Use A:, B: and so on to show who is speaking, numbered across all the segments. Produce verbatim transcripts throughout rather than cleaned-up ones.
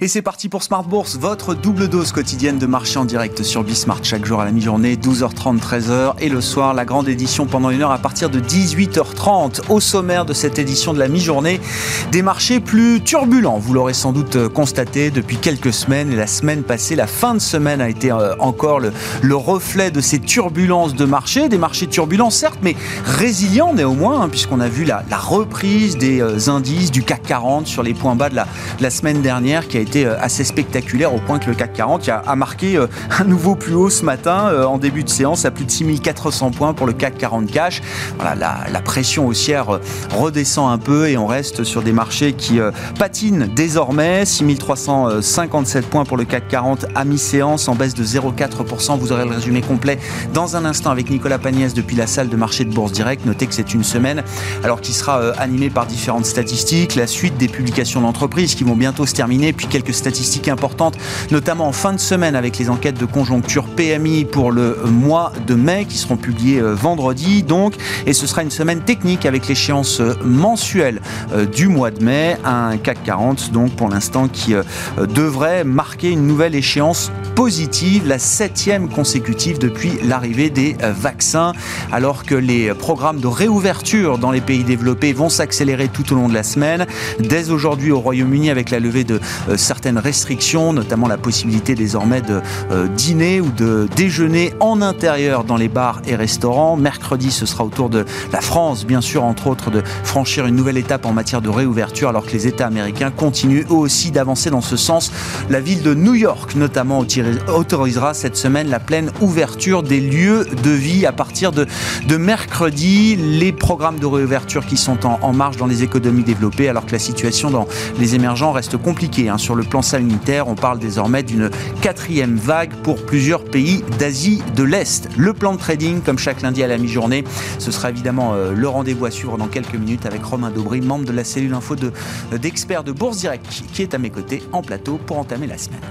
A: Et c'est parti pour Smart Bourse, votre double dose quotidienne de marché en direct sur Bismart chaque jour à la mi-journée, douze heures trente, treize heures et le soir, la grande édition pendant une heure à partir de dix-huit heures trente. Au sommaire de cette édition de la mi-journée, des marchés plus turbulents. Vous l'aurez sans doute constaté depuis quelques semaines et la semaine passée, la fin de semaine a été encore le, le reflet de ces turbulences de marché. Des marchés turbulents certes, mais résilients néanmoins, hein, puisqu'on a vu la, la reprise des indices du C A C quarante sur les points bas de la, de la semaine dernière qui a été assez spectaculaire au point que le C A C quarante a marqué un nouveau plus haut ce matin en début de séance à plus de six mille quatre cents points pour le C A C quarante cash. Voilà, la, la pression haussière redescend un peu et on reste sur des marchés qui patinent désormais. six mille trois cent cinquante-sept points pour le C A C quarante à mi-séance en baisse de zéro virgule quatre pour cent. Vous aurez le résumé complet dans un instant avec Nicolas Pagnès depuis la salle de marché de Bourse Direct. Notez que c'est une semaine alors qui sera animée par différentes statistiques, la suite des publications d'entreprises qui vont bientôt se terminer, puis quelques statistiques importantes, notamment en fin de semaine avec les enquêtes de conjoncture P M I pour le mois de mai qui seront publiées vendredi donc, et ce sera une semaine technique avec l'échéance mensuelle du mois de mai, un C A C quarante donc pour l'instant qui devrait marquer une nouvelle échéance positive, la septième consécutive depuis l'arrivée des vaccins, alors que les programmes de réouverture dans les pays développés vont s'accélérer tout au long de la semaine. Dès aujourd'hui au Royaume-Uni avec la levée de euh, certaines restrictions, notamment la possibilité désormais de euh, dîner ou de déjeuner en intérieur dans les bars et restaurants. Mercredi, ce sera au tour de la France, bien sûr, entre autres, de franchir une nouvelle étape en matière de réouverture, alors que les États américains continuent eux aussi d'avancer dans ce sens. La ville de New York, notamment, autorisera cette semaine la pleine ouverture des lieux de vie à partir de, de mercredi. Les programmes de réouverture qui sont en, en marche dans les économies développées, alors que la situation dans les émergents reste compliquée. Hein. Sur le plan sanitaire, on parle désormais d'une quatrième vague pour plusieurs pays d'Asie de l'Est. Le plan de trading, comme chaque lundi à la mi-journée, ce sera évidemment euh, le rendez-vous à suivre dans quelques minutes avec Romain Daubry, membre de la cellule info de, d'experts de Bourse Direct, qui est à mes côtés en plateau pour entamer la semaine.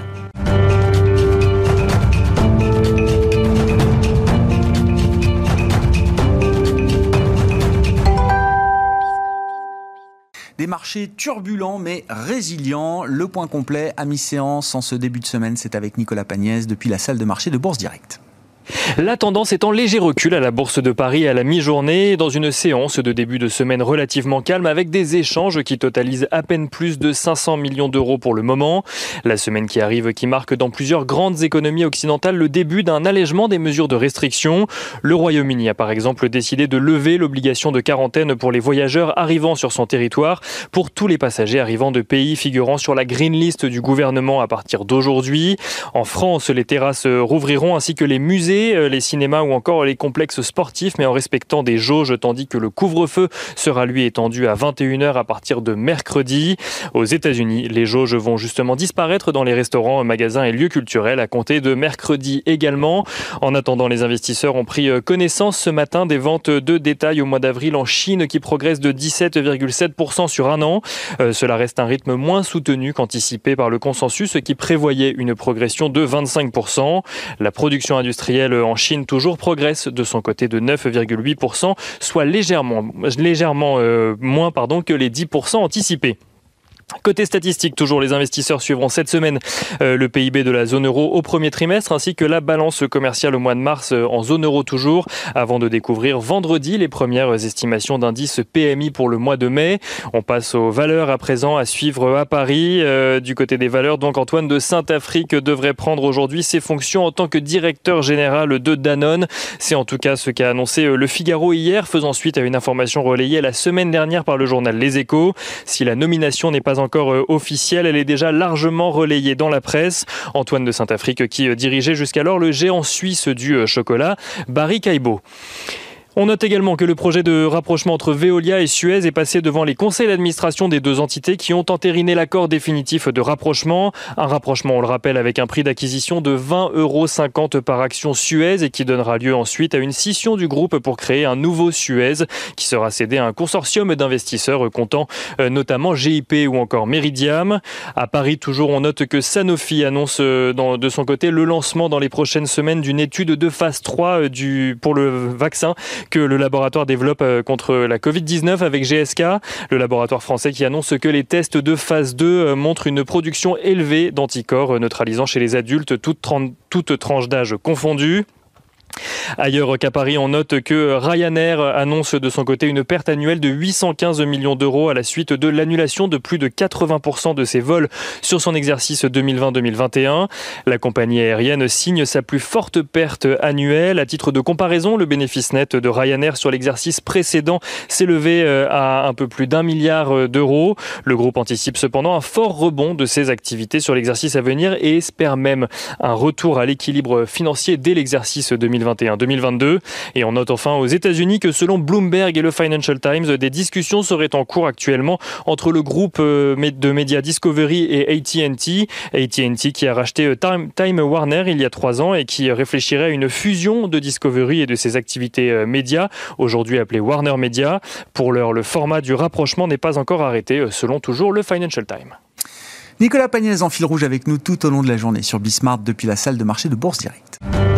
A: Des marchés turbulents mais résilients. Le point complet à mi-séance en ce début de semaine, c'est avec Nicolas Pagnès depuis la salle de marché de Bourse Direct.
B: La tendance est en léger recul à la Bourse de Paris à la mi-journée, dans une séance de début de semaine relativement calme avec des échanges qui totalisent à peine plus de cinq cents millions d'euros pour le moment. La semaine qui arrive qui marque dans plusieurs grandes économies occidentales le début d'un allègement des mesures de restriction. Le Royaume-Uni a par exemple décidé de lever l'obligation de quarantaine pour les voyageurs arrivant sur son territoire pour tous les passagers arrivant de pays figurant sur la green list du gouvernement à partir d'aujourd'hui. En France, les terrasses rouvriront ainsi que les musées, les cinémas ou encore les complexes sportifs, mais en respectant des jauges, tandis que le couvre-feu sera lui étendu à vingt et une heures à partir de mercredi. Aux États-Unis, les jauges vont justement disparaître dans les restaurants, magasins et lieux culturels à compter de mercredi également. En attendant, les investisseurs ont pris connaissance ce matin des ventes de détail au mois d'avril en Chine qui progressent de dix-sept virgule sept pour cent sur un an. Euh, cela reste un rythme moins soutenu qu'anticipé par le consensus qui prévoyait une progression de vingt-cinq pour cent. La production industrielle en Chine toujours progresse de son côté de neuf virgule huit pour cent, soit légèrement, légèrement euh, moins pardon, que les dix pour cent anticipés. Côté statistique, toujours, les investisseurs suivront cette semaine euh, le P I B de la zone euro au premier trimestre ainsi que la balance commerciale au mois de mars euh, en zone euro toujours, avant de découvrir vendredi les premières estimations d'indice P M I pour le mois de mai. On passe aux valeurs à présent à suivre à Paris. Euh, du côté des valeurs, donc Antoine de Saint-Affrique devrait prendre aujourd'hui ses fonctions en tant que directeur général de Danone. C'est en tout cas ce qu'a annoncé le Figaro hier, faisant suite à une information relayée la semaine dernière par le journal Les Échos. Si la nomination n'est pas encore officielle, elle est déjà largement relayée dans la presse. Antoine de Saint-Affrique qui dirigeait jusqu'alors le géant suisse du chocolat, Barry Callebaut. On note également que le projet de rapprochement entre Veolia et Suez est passé devant les conseils d'administration des deux entités qui ont entériné l'accord définitif de rapprochement. Un rapprochement, on le rappelle, avec un prix d'acquisition de vingt euros cinquante par action Suez et qui donnera lieu ensuite à une scission du groupe pour créer un nouveau Suez qui sera cédé à un consortium d'investisseurs comptant notamment G I P ou encore Meridiam. À Paris, toujours, on note que Sanofi annonce dans, de son côté le lancement dans les prochaines semaines d'une étude de phase trois du, pour le vaccin que le laboratoire développe contre la covid dix-neuf avec G S K. Le laboratoire français qui annonce que les tests de phase deux montrent une production élevée d'anticorps neutralisant chez les adultes toutes, toutes tranches d'âge confondues. Ailleurs qu'à Paris, on note que Ryanair annonce de son côté une perte annuelle de huit cent quinze millions d'euros à la suite de l'annulation de plus de quatre-vingts pour cent de ses vols sur son exercice deux mille vingt deux mille vingt et un. La compagnie aérienne signe sa plus forte perte annuelle. À titre de comparaison, le bénéfice net de Ryanair sur l'exercice précédent s'élevait à un peu plus d'un milliard d'euros. Le groupe anticipe cependant un fort rebond de ses activités sur l'exercice à venir et espère même un retour à l'équilibre financier dès l'exercice deux mille vingt et un deux mille vingt-deux. Et on note enfin aux États-Unis que selon Bloomberg et le Financial Times, des discussions seraient en cours actuellement entre le groupe de médias Discovery et A T and T. A T and T qui a racheté Time, Time Warner il y a trois ans et qui réfléchirait à une fusion de Discovery et de ses activités médias, aujourd'hui appelées Warner Media. Pour l'heure, le format du rapprochement n'est pas encore arrêté, selon toujours le Financial Times.
A: Nicolas Pagnès en fil rouge avec nous tout au long de la journée sur Bismart depuis la salle de marché de Bourse Direct.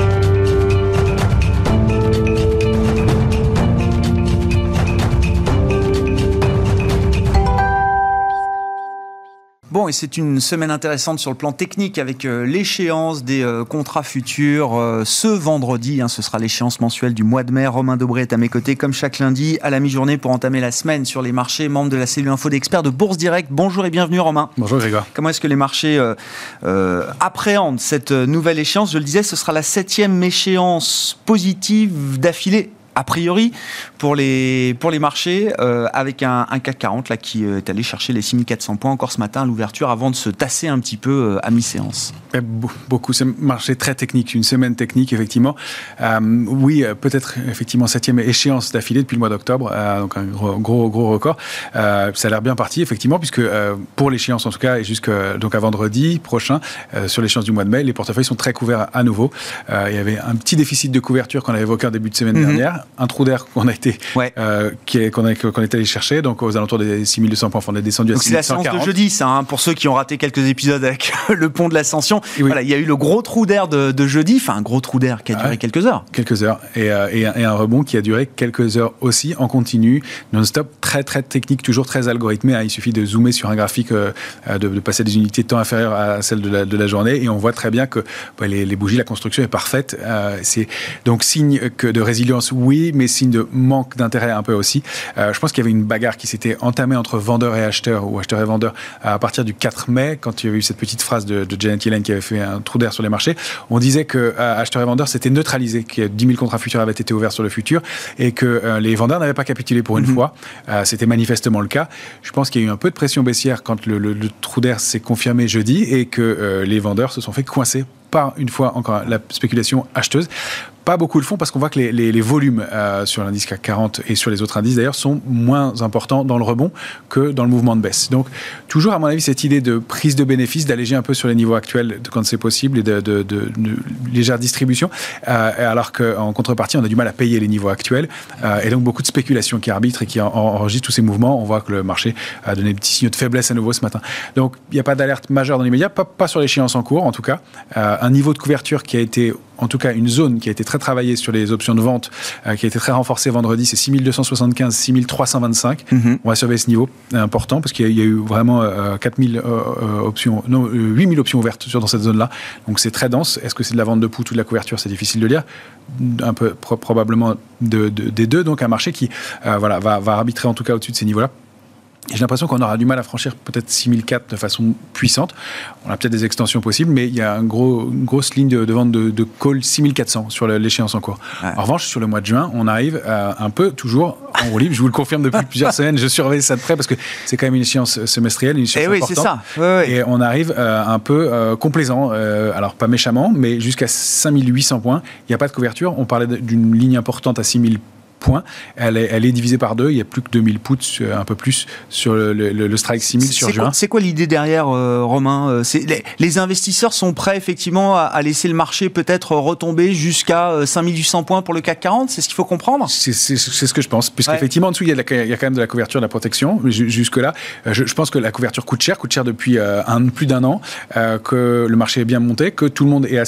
A: Bon, et c'est une semaine intéressante sur le plan technique avec euh, l'échéance des euh, contrats futurs euh, ce vendredi. Hein, ce sera l'échéance mensuelle du mois de mai. Romain Dobré est à mes côtés, comme chaque lundi, à la mi-journée pour entamer la semaine sur les marchés. Membre de la cellule info d'experts de Bourse Direct. Bonjour et bienvenue, Romain.
C: Bonjour, Grégoire.
A: Comment est-ce que les marchés euh, euh, appréhendent cette nouvelle échéance ? Je le disais, ce sera la septième échéance positive d'affilée, a priori, pour les, pour les marchés, euh, avec un, un C A C quarante là, qui est allé chercher les six mille quatre cents points encore ce matin à l'ouverture avant de se tasser un petit peu euh, à mi-séance.
C: Beaucoup, c'est un marché très technique, une semaine technique, effectivement. Euh, oui, peut-être, effectivement, septième échéance d'affilée depuis le mois d'octobre, euh, donc un gros, gros, gros record. Euh, ça a l'air bien parti, effectivement, puisque euh, pour l'échéance, en tout cas, et jusqu'à donc à vendredi prochain, euh, sur l'échéance du mois de mai, les portefeuilles sont très couverts à, à nouveau. Euh, il y avait un petit déficit de couverture qu'on avait évoqué en début de semaine mm-hmm. dernière. Un trou d'air qu'on a été, ouais. euh, qui est, qu'on, a, qu'on est allé chercher, donc aux alentours des six mille deux cents points, on est descendu à
A: donc
C: six mille cent quarante.
A: C'est la séance de jeudi, ça, hein, pour ceux qui ont raté quelques épisodes avec le pont de l'Ascension. Oui. Voilà, il y a eu le gros trou d'air de, de jeudi, enfin un gros trou d'air qui a duré ouais. quelques heures.
C: Quelques heures, et, euh, et, un, et un rebond qui a duré quelques heures aussi, en continu, non-stop, très très technique, toujours très algorithmé. Hein, il suffit de zoomer sur un graphique, euh, de, de passer des unités de temps inférieures à celles de la, de la journée, et on voit très bien que bah, les, les bougies, la construction est parfaite. Euh, c'est donc signe que de résilience, oui, mais signe de manque d'intérêt un peu aussi. Euh, je pense qu'il y avait une bagarre qui s'était entamée entre vendeurs et acheteurs, ou acheteurs et vendeurs, à partir du quatre mai, quand il y avait eu cette petite phrase de, de Janet Yellen qui avait fait un trou d'air sur les marchés. On disait que euh, acheteurs et vendeurs s'étaient neutralisés, que dix mille contrats futurs avaient été ouverts sur le futur et que euh, les vendeurs n'avaient pas capitulé pour une mm-hmm. fois. Euh, c'était manifestement le cas. Je pense qu'il y a eu un peu de pression baissière quand le, le, le trou d'air s'est confirmé jeudi et que euh, les vendeurs se sont fait coincer par une fois encore la spéculation acheteuse. Pas beaucoup le font parce qu'on voit que les, les, les volumes euh, sur l'indice C A C quarante et sur les autres indices d'ailleurs sont moins importants dans le rebond que dans le mouvement de baisse. Donc toujours à mon avis cette idée de prise de bénéfice, d'alléger un peu sur les niveaux actuels quand c'est possible et de, de, de, de légère distribution, euh, alors qu'en contrepartie on a du mal à payer les niveaux actuels euh, et donc beaucoup de spéculation qui arbitre et qui en, enregistre tous ces mouvements. On voit que le marché a donné des petits signaux de faiblesse à nouveau ce matin. Donc il n'y a pas d'alerte majeure dans l'immédiat, pas, pas sur l'échéance en cours en tout cas. Euh, un niveau de couverture qui a été, en tout cas une zone qui a été très travaillée sur les options de vente, euh, qui a été très renforcée vendredi, c'est six mille deux cent soixante-quinze, six mille trois cent vingt-cinq. Mm-hmm. On va surveiller ce niveau important parce qu'il y a, il y a eu vraiment euh, quatre mille euh, options, non, huit mille options ouvertes sur, dans cette zone-là. Donc c'est très dense. Est-ce que c'est de la vente de put ou de la couverture? C'est difficile de dire. Un peu pro- probablement de, de, des deux. Donc un marché qui euh, voilà, va, va arbitrer en tout cas au-dessus de ces niveaux-là. J'ai l'impression qu'on aura du mal à franchir peut-être six mille quatre de façon puissante. On a peut-être des extensions possibles, mais il y a un gros, une grosse ligne de, de vente de, de call six mille quatre cents sur le, l'échéance en cours. Ouais. En revanche, sur le mois de juin, on arrive à un peu toujours en roue libre. Je vous le confirme depuis plusieurs semaines. Je surveille ça de près parce que c'est quand même une échéance semestrielle, une échéance
A: Et oui,
C: importante.
A: C'est ça. Ouais, ouais.
C: Et on arrive euh, un peu euh, complaisant. Euh, alors pas méchamment, mais jusqu'à cinq mille huit cents points. Il n'y a pas de couverture. On parlait d'une ligne importante à six mille points. Elle est, elle est divisée par deux. Il n'y a plus que deux mille puts, un peu plus, sur le, le, le strike six mille sur
A: c'est
C: juin.
A: Quoi, c'est quoi l'idée derrière, euh, Romain? c'est, les, les investisseurs sont prêts effectivement à, à laisser le marché peut-être retomber jusqu'à cinq mille huit cents points pour le C A C quarante? C'est ce qu'il faut comprendre?
C: C'est, c'est, c'est ce que je pense. Puisqu'effectivement, ouais. en dessous, il y, a la, il y a quand même de la couverture, de la protection. Jusque-là, je, je pense que la couverture coûte cher, coûte cher depuis euh, un, plus d'un an, euh, que le marché est bien monté, que tout le monde est assez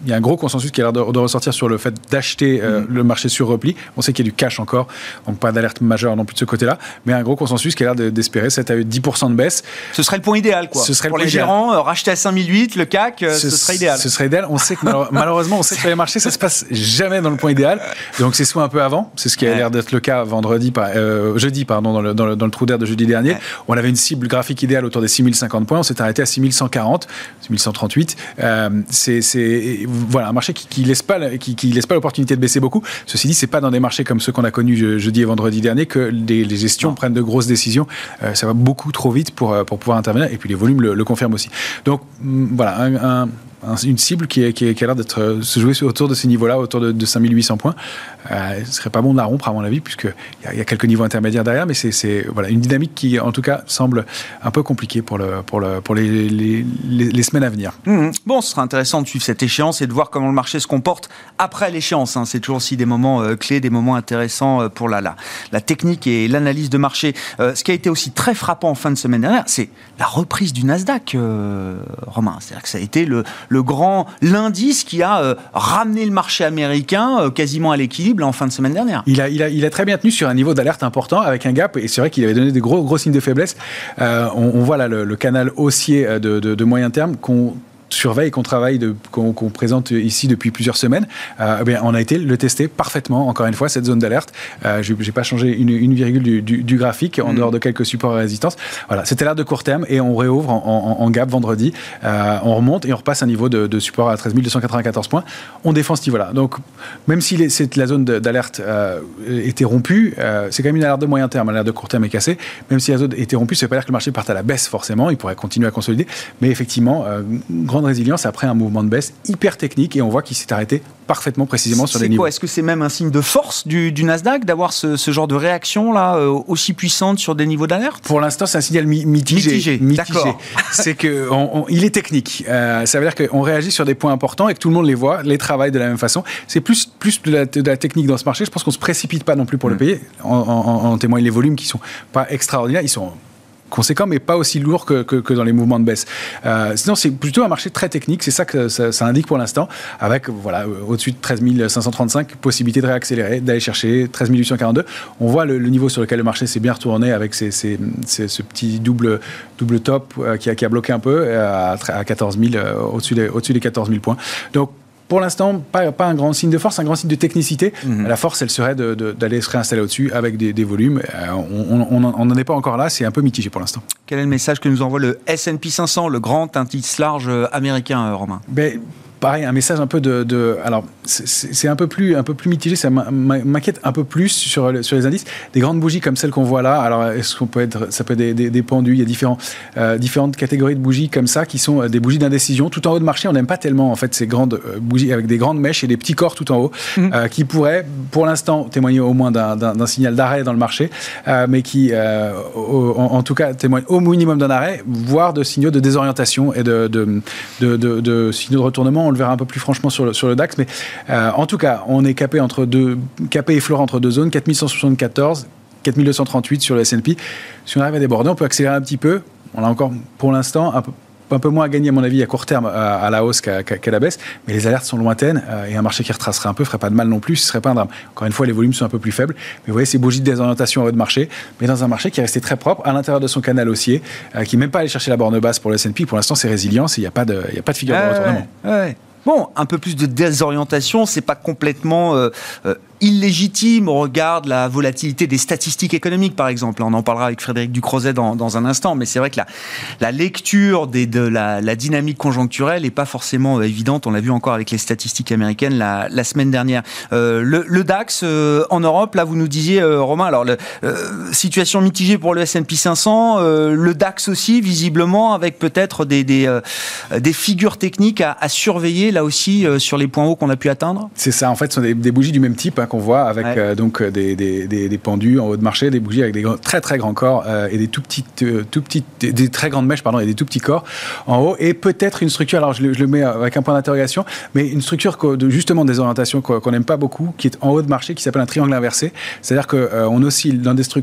C: il y a un gros consensus qui a l'air de, de ressortir sur le fait d'acheter euh, mmh. le marché sur repli. On sait qu'il y a du cash encore, donc pas d'alerte majeure non plus de ce côté-là, mais un gros consensus qui a l'air de, d'espérer sept à dix pour cent de baisse.
A: Ce serait le point idéal, quoi.
C: Ce serait
A: pour
C: le
A: les
C: idéal.
A: gérants, euh, racheter à cinq mille huit, le C A C, euh, ce, ce serait idéal.
C: Ce serait idéal. On sait que malheureusement, on sait que sur les marchés, ça se passe jamais dans le point idéal. Donc c'est soit un peu avant, c'est ce qui a ouais. l'air d'être le cas vendredi, euh, jeudi, pardon, dans le, dans le, dans le trou d'air de jeudi dernier. Ouais. On avait une cible graphique idéale autour des six mille cinquante points. On s'est arrêté à six mille cent quarante, six mille cent trente-huit. Euh, c'est, c'est voilà un marché qui, qui laisse pas, qui, qui laisse pas l'opportunité de baisser beaucoup. Ceci dit, c'est pas dans des marchés comme ceux qu'on a connus je, jeudi et vendredi dernier que les, les gestions non. prennent de grosses décisions. Euh, ça va beaucoup trop vite pour pour pouvoir intervenir. Et puis les volumes le, le confirment aussi. Donc voilà un, un une cible qui, est, qui, est, qui a l'air d'être se jouer autour de ces niveaux-là, autour de, de cinq mille huit cents points. Euh, ce serait pas bon de la rompre à mon avis, puisqu'il y, y a quelques niveaux intermédiaires derrière, mais c'est, c'est voilà, une dynamique qui, en tout cas, semble un peu compliquée pour, le, pour, le, pour les, les, les, les semaines à venir.
A: Mmh. Bon, ce sera intéressant de suivre cette échéance et de voir comment le marché se comporte après l'échéance. Hein. C'est toujours aussi des moments euh, clés, des moments intéressants pour la, la, la technique et l'analyse de marché. Euh, ce qui a été aussi très frappant en fin de semaine dernière, c'est la reprise du Nasdaq, euh, Romain. C'est-à-dire que ça a été le le grand l'indice qui a euh, ramené le marché américain euh, quasiment à l'équilibre en fin de semaine dernière.
C: Il a, il, a, il a très bien tenu sur un niveau d'alerte important avec un gap, et c'est vrai qu'il avait donné des gros, gros signes de faiblesse. Euh, on, on voit là le, le canal haussier de, de, de moyen terme qu'on surveille, qu'on travaille, de, qu'on, qu'on présente ici depuis plusieurs semaines, euh, eh bien, on a été le tester parfaitement, encore une fois, cette zone d'alerte. Euh, je n'ai pas changé une, une virgule du, du, du graphique, en mmh. dehors de quelques supports et résistances. Voilà, c'était l'alerte de court terme, et on réouvre en, en, en gap vendredi. Euh, on remonte et on repasse un niveau de, de support à treize mille deux cent quatre-vingt-quatorze points. On défend ce niveau-là. Donc, même si les, c'est, la zone de, d'alerte euh, était rompue, euh, c'est quand même une alerte de moyen terme. L'alerte de court terme est cassée. Même si la zone était rompue, ça ne veut pas dire que le marché parte à la baisse forcément. Il pourrait continuer à consolider. Mais effectivement, euh, grande résilience après un mouvement de baisse hyper technique, et on voit qu'il s'est arrêté parfaitement précisément sur
A: c'est
C: les niveaux.
A: Quoi, est-ce que c'est même un signe de force du, du Nasdaq d'avoir ce, ce genre de réaction là euh, aussi puissante sur des niveaux d'alerte?
C: Pour l'instant, c'est un signal mi- mitigé.
A: Mitigé,
C: mitigé.
A: D'accord.
C: C'est que on, on, il est technique. Euh, ça veut dire qu'on réagit sur des points importants et que tout le monde les voit, les travaille de la même façon. C'est plus plus de la, de la technique dans ce marché. Je pense qu'on se précipite pas non plus pour mmh. le payer. En, en, en témoignent les volumes qui sont pas extraordinaires. Ils sont conséquent, mais pas aussi lourd que, que, que dans les mouvements de baisse. Euh, sinon, c'est plutôt un marché très technique, c'est ça que ça, ça indique pour l'instant, avec voilà, au-dessus de treize mille cinq cent trente-cinq, possibilité de réaccélérer, d'aller chercher treize mille huit cent quarante-deux. On voit le, le niveau sur lequel le marché s'est bien retourné avec ces, ces, ces, ce petit double, double top euh, qui, a, qui a bloqué un peu à, à quatorze mille, euh, au-dessus des, au-dessus des quatorze mille points. Donc, pour l'instant, pas, pas un grand signe de force, un grand signe de technicité. Mmh. La force, elle serait de, de, d'aller se réinstaller au-dessus avec des, des volumes. Euh, on n'en est pas encore là, c'est un peu mitigé pour l'instant.
A: Quel est le message que nous envoie le S and P cinq cents, le grand indice large américain, Romain?
C: ben, Pareil, un message un peu de... de alors, c'est, c'est un peu plus, un peu plus mitigé, ça m'inquiète un peu plus sur, sur les indices. Des grandes bougies comme celles qu'on voit là, alors est-ce qu'on peut être... Ça peut être des, des, des pendus, il y a différents, euh, différentes catégories de bougies comme ça, qui sont des bougies d'indécision. Tout en haut de marché, on n'aime pas tellement, en fait, ces grandes bougies avec des grandes mèches et des petits corps tout en haut, mmh. euh, qui pourraient, pour l'instant, témoigner au moins d'un, d'un, d'un signal d'arrêt dans le marché, euh, mais qui, euh, au, en, en tout cas, témoignent au minimum d'un arrêt, voire de signaux de désorientation et de, de, de, de, de signaux de retournement. On le verra un peu plus franchement sur le, sur le DAX, mais euh, en tout cas, on est capé, entre deux, capé et fleur entre deux zones, quatre mille cent soixante-quatorze, quatre mille deux cent trente-huit sur le S and P. Si on arrive à déborder, on peut accélérer un petit peu. On a encore, pour l'instant, un peu, un peu moins à gagner, à mon avis, à court terme, à, à la hausse qu'à, qu'à la baisse, mais les alertes sont lointaines, euh, et un marché qui retracerait un peu ferait pas de mal non plus, ce serait pas un drame. Encore une fois, les volumes sont un peu plus faibles, mais vous voyez ces bougies de désorientation en haut de marché, mais dans un marché qui est resté très propre, à l'intérieur de son canal haussier, euh, qui n'est même pas allé chercher la borne basse pour le S and P. Pour l'instant, c'est résilient, il n'y a pas de, il y a pas de figure
A: euh,
C: de retournement.
A: Ouais, ouais. Bon, un peu plus de désorientation, c'est pas complètement euh, euh, illégitime au regard de la volatilité des statistiques économiques, par exemple. On en parlera avec Frédéric Ducrozet dans, dans un instant, mais c'est vrai que la, la lecture des, de la, la dynamique conjoncturelle n'est pas forcément évidente. On l'a vu encore avec les statistiques américaines la, la semaine dernière. Euh, le, le DAX euh, en Europe, là, vous nous disiez, euh, Romain, alors, le, euh, situation mitigée pour le S and P cinq cents, euh, le DAX aussi, visiblement, avec peut-être des, des, euh, des figures techniques à, à surveiller, là aussi, euh, sur les points hauts qu'on a pu atteindre.
C: C'est ça, en fait, ce sont des, des bougies du même type, hein, qu'on voit avec ouais. euh, donc des, des, des, des pendus en haut de marché, des bougies avec des grands, très très grands corps euh, et des tout petits, euh, tout petits, des, des très grandes mèches pardon, et des tout petits corps en haut, et peut-être une structure, alors je le, je le mets avec un point d'interrogation, mais une structure de, justement des orientations qu'on n'aime pas beaucoup, qui est en haut de marché, qui s'appelle un triangle inversé, c'est-à-dire qu'on euh, oscille dans des structures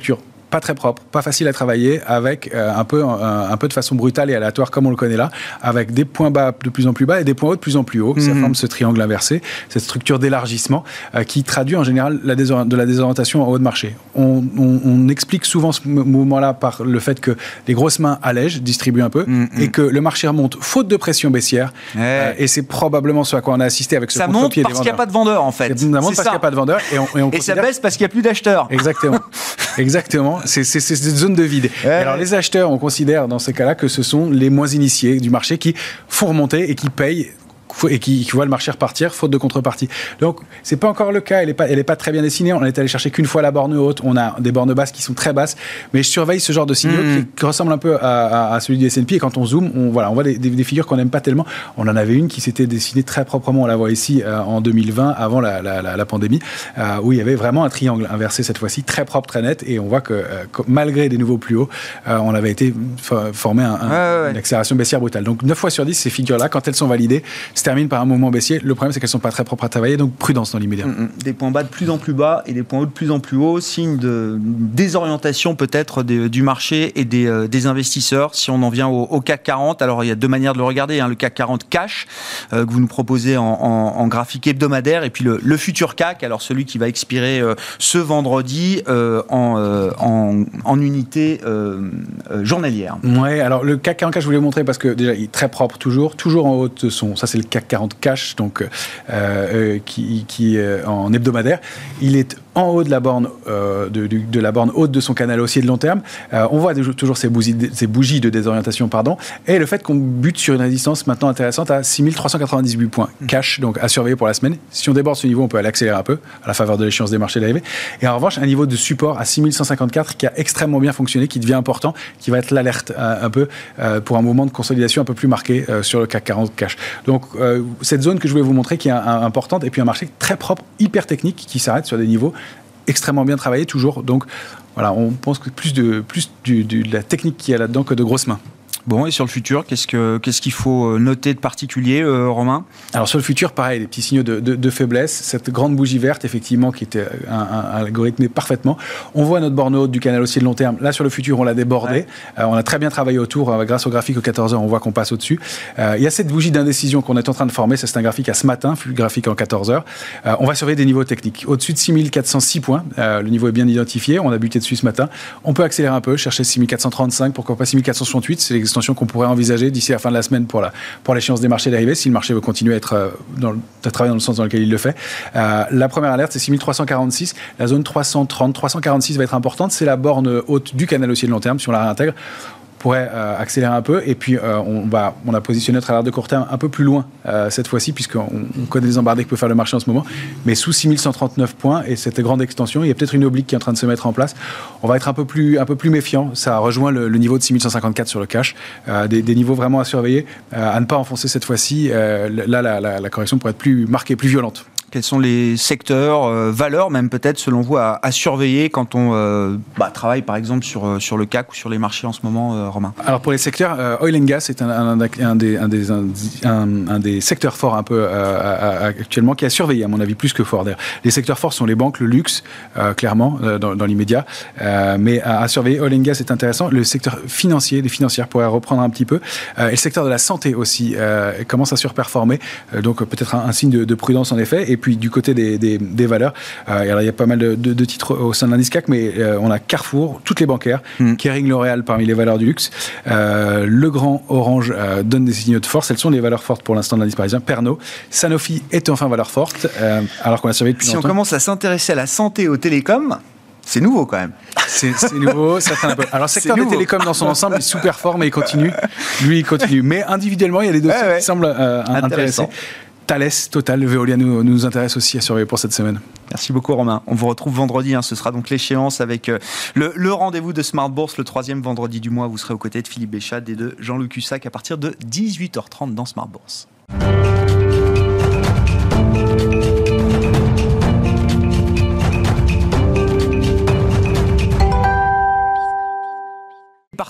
C: pas très propre, pas facile à travailler, avec euh, un, peu, un, un peu de façon brutale et aléatoire comme on le connaît là, avec des points bas de plus en plus bas et des points hauts de plus en plus hauts. Mmh. Ça forme ce triangle inversé, cette structure d'élargissement euh, qui traduit en général la désor- de la désorientation en haut de marché. On, on, on explique souvent ce mouvement-là par le fait que les grosses mains allègent, distribuent un peu, mmh. et que le marché remonte faute de pression baissière. Ouais. Euh, et c'est probablement ce à quoi on a assisté avec ce
A: ça monte parce qu'il n'y a pas de vendeurs en fait.
C: Ça monte parce qu'il n'y a pas de vendeurs et on, et on
A: et ça baisse parce qu'il n'y a plus d'acheteurs.
C: Exactement. Exactement. C'est, c'est, c'est cette zone de vide. Ouais. Alors les acheteurs, on considère dans ces cas-là que ce sont les moins initiés du marché qui font remonter et qui payent et qui, qui voit le marché repartir, faute de contrepartie. Donc, c'est pas encore le cas, elle est pas, elle est pas très bien dessinée. On est allé chercher qu'une fois la borne haute, on a des bornes basses qui sont très basses, mais je surveille ce genre de signaux mmh. qui, qui ressemble un peu à, à, à celui du S and P, et quand on zoome, on, voilà, on voit des, des, des figures qu'on n'aime pas tellement. On en avait une qui s'était dessinée très proprement, on la voit ici, euh, en deux mille vingt, avant la, la, la, la pandémie, euh, où il y avait vraiment un triangle inversé cette fois-ci, très propre, très net, et on voit que, euh, que malgré des nouveaux plus hauts, euh, on avait été f- formé un, un, ouais, ouais. une accélération baissière brutale. Donc, neuf fois sur dix, ces figures-là, quand elles sont validées, se terminent par un mouvement baissier. Le problème, c'est qu'elles ne sont pas très propres à travailler, donc prudence dans l'immédiat.
A: Des points bas de plus en plus bas et des points hauts de plus en plus hauts, signe de désorientation peut-être des, du marché et des, euh, des investisseurs. Si on en vient au, au C A C quarante, alors il y a deux manières de le regarder. Hein, le C A C quarante cash, euh, que vous nous proposez en, en, en graphique hebdomadaire, et puis le, le futur C A C, alors celui qui va expirer euh, ce vendredi euh, en, euh, en, en unité euh, euh, journalière.
C: Oui, alors le C A C quarante cash, je voulais vous montrer parce que déjà, il est très propre toujours, toujours en haut de son. Ça, c'est le C A C quarante cash, donc, euh, euh, qui, qui est en hebdomadaire. Il est en haut de la borne, euh, de, de, de la borne haute de son canal haussier de long terme. Euh, on voit toujours ces bougies, ces bougies de désorientation, pardon, et le fait qu'on bute sur une résistance maintenant intéressante à six mille trois cent quatre-vingt-dix-huit points cash, donc à surveiller pour la semaine. Si on déborde ce niveau, on peut aller accélérer un peu à la faveur de l'échéance des marchés dérivés. Et en revanche, un niveau de support à six mille cent cinquante-quatre qui a extrêmement bien fonctionné, qui devient important, qui va être l'alerte euh, un peu euh, pour un mouvement de consolidation un peu plus marqué euh, sur le C A C quarante cash. Donc euh, cette zone que je voulais vous montrer qui est un, un, importante, et puis un marché très propre, hyper technique, qui s'arrête sur des niveaux extrêmement bien travaillés toujours. Donc voilà, on pense que plus de, plus du, du, de la technique qu'il y a là-dedans que de grosses mains.
A: Bon, et sur le futur, qu'est-ce, que, qu'est-ce qu'il faut noter de particulier, euh, Romain ?
C: Alors sur le futur, pareil, des petits signaux de, de, de faiblesse. Cette grande bougie verte, effectivement, qui était un, un, un algorithmé parfaitement. On voit notre borne haute du canal haussier de long terme. Là, sur le futur, on l'a débordé. Ouais. Euh, on a très bien travaillé autour. Euh, grâce au graphique au quatorze heures, on voit qu'on passe au-dessus. Euh, il y a cette bougie d'indécision qu'on est en train de former. Ça, c'est un graphique à ce matin, graphique en quatorze heures. Euh, on va surveiller des niveaux techniques. Au-dessus de six mille quatre cent six points, euh, le niveau est bien identifié. On a buté dessus ce matin. On peut accélérer un peu, chercher six mille quatre cent trente-cinq, pourquoi pas six mille quatre cent soixante-huit. C'est l'extension qu'on pourrait envisager d'ici la fin de la semaine pour, la, pour l'échéance des marchés dérivés, si le marché veut continuer à, être dans le, à travailler dans le sens dans lequel il le fait. Euh, la première alerte, c'est six mille trois cent quarante-six. La zone trois cent trente, trois cent quarante-six va être importante. C'est la borne haute du canal haussier de long terme, si on la réintègre. Pourrait euh, accélérer un peu, et puis euh, on, va, on a positionné notre alerte de court terme un peu plus loin euh, cette fois-ci, puisqu'on on connaît les embardées que peut faire le marché en ce moment, mais sous six mille cent trente-neuf points, et cette grande extension, il y a peut-être une oblique qui est en train de se mettre en place. On va être un peu plus, un peu plus méfiant. Ça rejoint le, le niveau de six mille cent cinquante-quatre sur le cash, euh, des, des niveaux vraiment à surveiller, euh, à ne pas enfoncer cette fois-ci. Euh, là, la, la, la correction pourrait être plus marquée, plus violente.
A: Quels sont les secteurs, euh, valeurs même peut-être selon vous à, à surveiller quand on euh, bah, travaille par exemple sur, sur le C A C ou sur les marchés en ce moment, euh, Romain ?
C: Alors pour les secteurs, euh, oil and gas est un, un, un, des, un, des, un, un des secteurs forts un peu euh, actuellement qui a surveillé à mon avis plus que fort d'ailleurs. Les secteurs forts sont les banques, le luxe euh, clairement euh, dans, dans l'immédiat, euh, mais à, à surveiller, oil and gas est intéressant. Le secteur financier, les financières pourraient reprendre un petit peu, euh, et le secteur de la santé aussi euh, commence à surperformer, euh, donc peut-être un, un signe de, de prudence en effet. Et puis du côté des, des, des valeurs, euh, alors il y a pas mal de, de, de titres au sein de l'indice C A C, mais euh, on a Carrefour, toutes les bancaires, mmh. Kering, L'Oréal parmi les valeurs du luxe, euh, Legrand, Orange euh, donnent des signaux de force. Elles sont les valeurs fortes pour l'instant de l'indice parisien. Pernod, Sanofi est enfin valeur forte, euh, alors qu'on a surveillé depuis
A: si
C: longtemps.
A: Si on commence à s'intéresser à la santé et aux télécoms, c'est nouveau quand même.
C: C'est, c'est nouveau, ça fait un peu. Alors, le secteur des télécoms dans son ensemble est super fort, mais il continue. Lui, il continue. Mais individuellement, il y a des dossiers ouais, ouais. qui semblent euh, intéressants. Thales, Total, Veolia nous, nous intéresse aussi à surveiller pour cette semaine.
A: Merci beaucoup Romain. On vous retrouve vendredi, hein. Ce sera donc l'échéance avec euh, le, le rendez-vous de Smart Bourse, le troisième vendredi du mois. Vous serez aux côtés de Philippe Béchat et de Jean-Luc Hussac à partir de dix-huit heures trente dans Smart Bourse.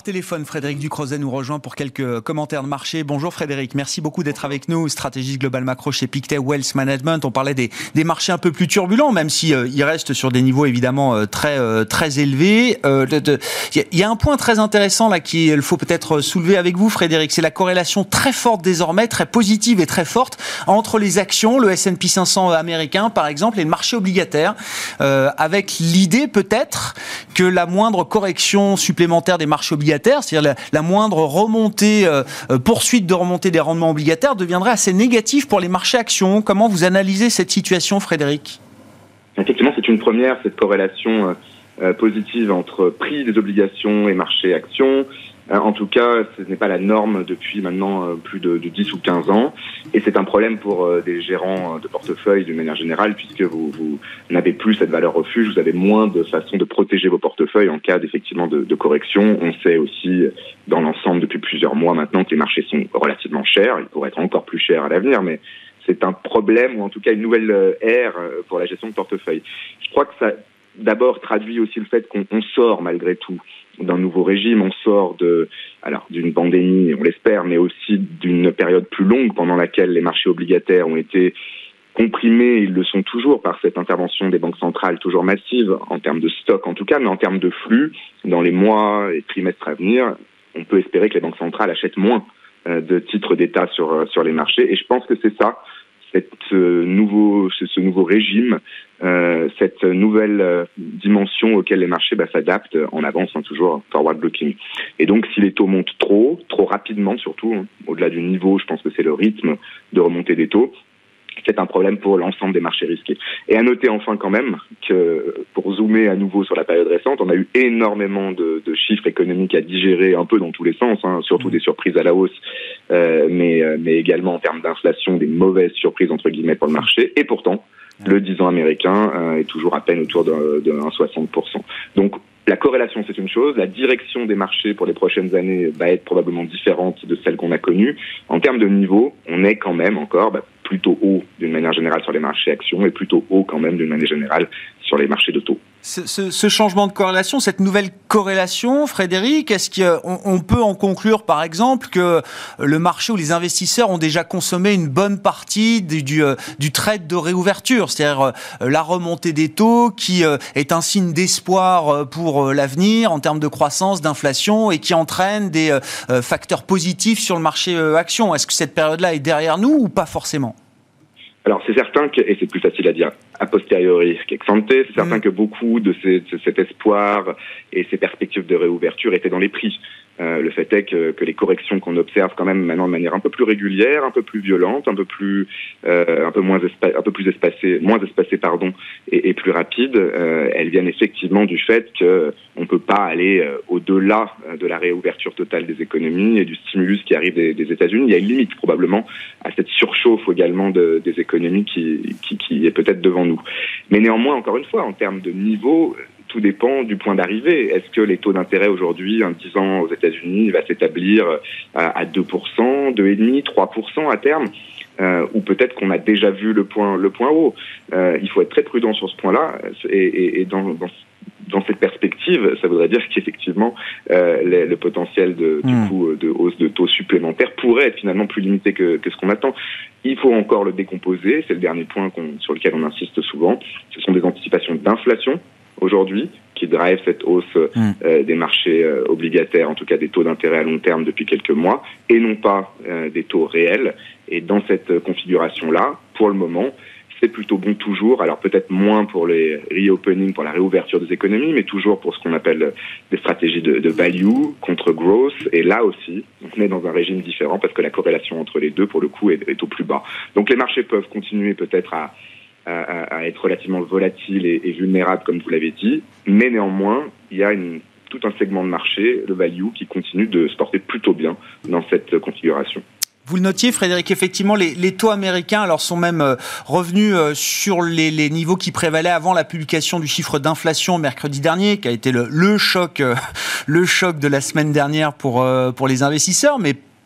A: Par téléphone, Frédéric Ducrozet nous rejoint pour quelques commentaires de marché. Bonjour Frédéric, merci beaucoup d'être avec nous. Stratégiste global macro chez Pictet Wealth Management. On parlait des, des marchés un peu plus turbulents, même si euh, ils restent sur des niveaux évidemment euh, très euh, très élevés. Il euh, y, y a un point très intéressant là qu'il faut peut-être soulever avec vous, Frédéric. C'est la corrélation très forte désormais, très positive et très forte entre les actions, le S and P cinq cents américain par exemple, et le marché obligataire, euh, avec l'idée peut-être que la moindre correction supplémentaire des marchés obligataires, c'est-à-dire la, la moindre remontée, euh, poursuite de remontée des rendements obligataires deviendrait assez négatif pour les marchés actions. Comment vous analysez cette situation, Frédéric ?
D: Effectivement, c'est une première, cette corrélation euh, positive entre prix des obligations et marché actions. Euh, en tout cas, ce n'est pas la norme depuis maintenant euh, plus de, de dix ou quinze ans. Et c'est un problème pour euh, des gérants de portefeuille d'une manière générale, puisque vous, vous n'avez plus cette valeur refuge, vous avez moins de façons de protéger vos portefeuilles en cas d'effectivement de, de correction. On sait aussi dans l'ensemble depuis plusieurs mois maintenant que les marchés sont relativement chers. Ils pourraient être encore plus chers à l'avenir, mais c'est un problème ou en tout cas une nouvelle ère pour la gestion de portefeuille. Je crois que ça d'abord traduit aussi le fait qu'on on sort malgré tout d'un nouveau régime, on sort de, alors d'une pandémie, on l'espère, mais aussi d'une période plus longue pendant laquelle les marchés obligataires ont été comprimés, ils le sont toujours par cette intervention des banques centrales toujours massive, en termes de stock en tout cas, mais en termes de flux, dans les mois et trimestres à venir, on peut espérer que les banques centrales achètent moins de titres d'État sur, sur les marchés, et je pense que c'est ça, cette, euh, nouveau, ce, ce nouveau régime, euh, cette nouvelle euh, dimension auquel les marchés bah, s'adaptent en avance, hein, toujours forward looking. Et donc, si les taux montent trop, trop rapidement surtout, hein, au-delà du niveau, je pense que c'est le rythme de remontée des taux, c'est un problème pour l'ensemble des marchés risqués. Et à noter enfin quand même que, pour zoomer à nouveau sur la période récente, on a eu énormément de, de chiffres économiques à digérer un peu dans tous les sens, hein, surtout des surprises à la hausse, euh, mais, mais également en termes d'inflation, des mauvaises surprises entre guillemets pour le marché. Et pourtant, le dix ans américain euh, est toujours à peine autour de, de un virgule soixante pour cent. Donc, la corrélation, c'est une chose. La direction des marchés pour les prochaines années va être probablement différente de celle qu'on a connue. En termes de niveau, on est quand même encore bah, plutôt haut d'une manière générale sur les marchés actions et plutôt haut quand même d'une manière générale sur les marchés de taux.
A: Ce, ce, ce changement de corrélation, cette nouvelle corrélation, Frédéric, est-ce qu'on on peut en conclure par exemple que le marché ou les investisseurs ont déjà consommé une bonne partie du, du, du trade de réouverture, c'est-à-dire la remontée des taux qui est un signe d'espoir pour l'avenir en termes de croissance, d'inflation et qui entraîne des facteurs positifs sur le marché action. Est-ce que cette période-là est derrière nous ou pas forcément ?
D: Alors c'est certain que, et c'est plus facile à dire a posteriori qu'ex ante, c'est certain mmh. que beaucoup de, ces, de cet espoir et ces perspectives de réouverture étaient dans les prix. Euh, le fait est que, que les corrections qu'on observe quand même maintenant de manière un peu plus régulière, un peu plus violente, un peu plus, euh, un peu moins espa- un peu plus espacée, moins espacée pardon, et, et plus rapide, euh, elles viennent effectivement du fait que on peut pas aller euh, au-delà de la réouverture totale des économies et du stimulus qui arrive des, des États-Unis. Il y a une limite probablement à cette surchauffe également de, des économies qui, qui, qui est peut-être devant nous. Mais néanmoins, encore une fois, en termes de niveau, tout dépend du point d'arrivée. Est-ce que les taux d'intérêt aujourd'hui, un dix ans aux États-Unis, va s'établir à, à deux pour cent, deux virgule cinq pour cent, trois pour cent à terme, euh, ou peut-être qu'on a déjà vu le point, le point haut. Euh, il faut être très prudent sur ce point-là, et, et, et dans, dans dans cette perspective, ça voudrait dire qu'effectivement, euh, le, le potentiel de, du mmh. coup, de hausse de taux supplémentaires pourrait être finalement plus limité que, que ce qu'on attend. Il faut encore le décomposer, c'est le dernier point qu'on, sur lequel on insiste souvent. Ce sont des anticipations d'inflation aujourd'hui qui drive cette hausse mmh. euh, des marchés euh, obligataires, en tout cas des taux d'intérêt à long terme depuis quelques mois, et non pas euh, des taux réels. Et dans cette configuration-là, pour le moment, c'est plutôt bon toujours, alors peut-être moins pour les reopening, pour la réouverture des économies, mais toujours pour ce qu'on appelle des stratégies de, de value contre growth. Et là aussi, on est dans un régime différent parce que la corrélation entre les deux, pour le coup, est, est au plus bas. Donc les marchés peuvent continuer peut-être à, à, à être relativement volatiles et, et vulnérables, comme vous l'avez dit, mais néanmoins, il y a une, tout un segment de marché, le value, qui continue de se porter plutôt bien dans cette configuration.
A: Vous le notiez, Frédéric, effectivement, les, les taux américains alors, sont même euh, revenus euh, sur les, les niveaux qui prévalaient avant la publication du chiffre d'inflation mercredi dernier, qui a été le, le, choc, euh, le choc de la semaine dernière pour, euh, pour les investisseurs, mais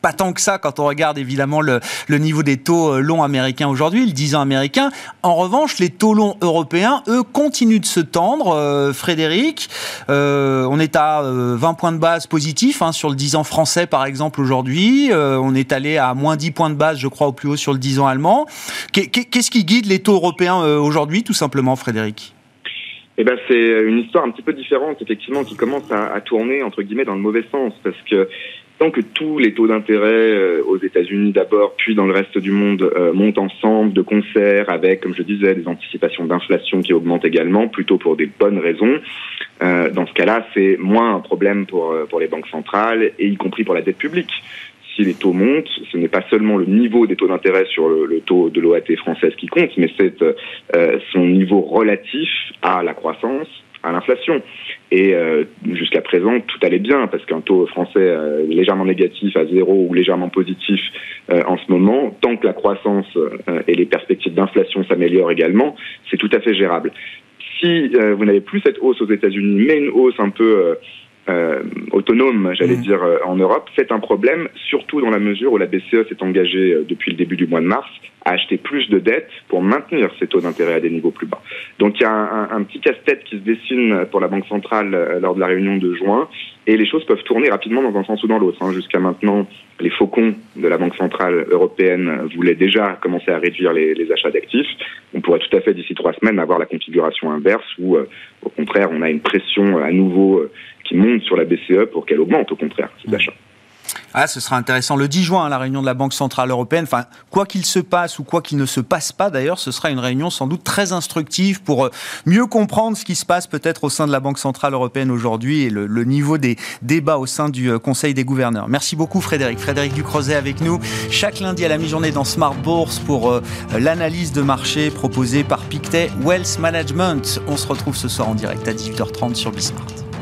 A: pas tant que ça quand on regarde évidemment le, le niveau des taux longs américains aujourd'hui, le dix ans américain. En revanche, les taux longs européens, eux, continuent de se tendre. Euh, Frédéric, euh, on est à euh, vingt points de base positifs hein, sur le dix ans français par exemple aujourd'hui. Euh, on est allé à moins dix points de base, je crois, au plus haut sur le dix ans allemand. Qu'est-ce qui guide les taux européens euh, aujourd'hui, tout simplement, Frédéric ?
D: Eh ben, c'est une histoire un petit peu différente, effectivement, qui commence à, à tourner, entre guillemets, dans le mauvais sens, parce que tant que tous les taux d'intérêt euh, aux États-Unis d'abord, puis dans le reste du monde, euh, montent ensemble, de concert, avec, comme je disais, des anticipations d'inflation qui augmentent également, plutôt pour des bonnes raisons, euh, dans ce cas-là, c'est moins un problème pour, pour les banques centrales, et y compris pour la dette publique. Si les taux montent, ce n'est pas seulement le niveau des taux d'intérêt sur le, le taux de l'O A T française qui compte, mais c'est euh, son niveau relatif à la croissance, à l'inflation. Et euh, jusqu'à présent, tout allait bien, parce qu'un taux français euh, légèrement négatif à zéro ou légèrement positif euh, en ce moment, tant que la croissance euh, et les perspectives d'inflation s'améliorent également, c'est tout à fait gérable. Si euh, vous n'avez plus cette hausse aux États-Unis, mais une hausse un peu... Euh, Euh, autonome, j'allais mmh. dire, euh, en Europe, c'est un problème, surtout dans la mesure où la B C E s'est engagée euh, depuis le début du mois de mars à acheter plus de dettes pour maintenir ces taux d'intérêt à des niveaux plus bas. Donc il y a un, un, un petit casse-tête qui se dessine pour la Banque centrale euh, lors de la réunion de juin, et les choses peuvent tourner rapidement dans un sens ou dans l'autre. Hein. Jusqu'à maintenant, les faucons de la Banque centrale européenne voulaient déjà commencer à réduire les, les achats d'actifs. On pourrait tout à fait, d'ici trois semaines, avoir la configuration inverse où, euh, au contraire, on a une pression à nouveau euh, qui monte sur la B C E pour qu'elle augmente, au contraire, ces achats.
A: Ah, ce sera intéressant. Le dix juin, la réunion de la Banque centrale européenne, enfin, quoi qu'il se passe ou quoi qu'il ne se passe pas, d'ailleurs, ce sera une réunion sans doute très instructive pour mieux comprendre ce qui se passe peut-être au sein de la Banque centrale européenne aujourd'hui et le, le niveau des débats au sein du Conseil des gouverneurs. Merci beaucoup, Frédéric. Frédéric Ducrozet avec nous chaque lundi à la mi-journée dans Smart Bourse pour euh, l'analyse de marché proposée par Pictet Wealth Management. On se retrouve ce soir en direct à dix-huit heures trente sur Bismart.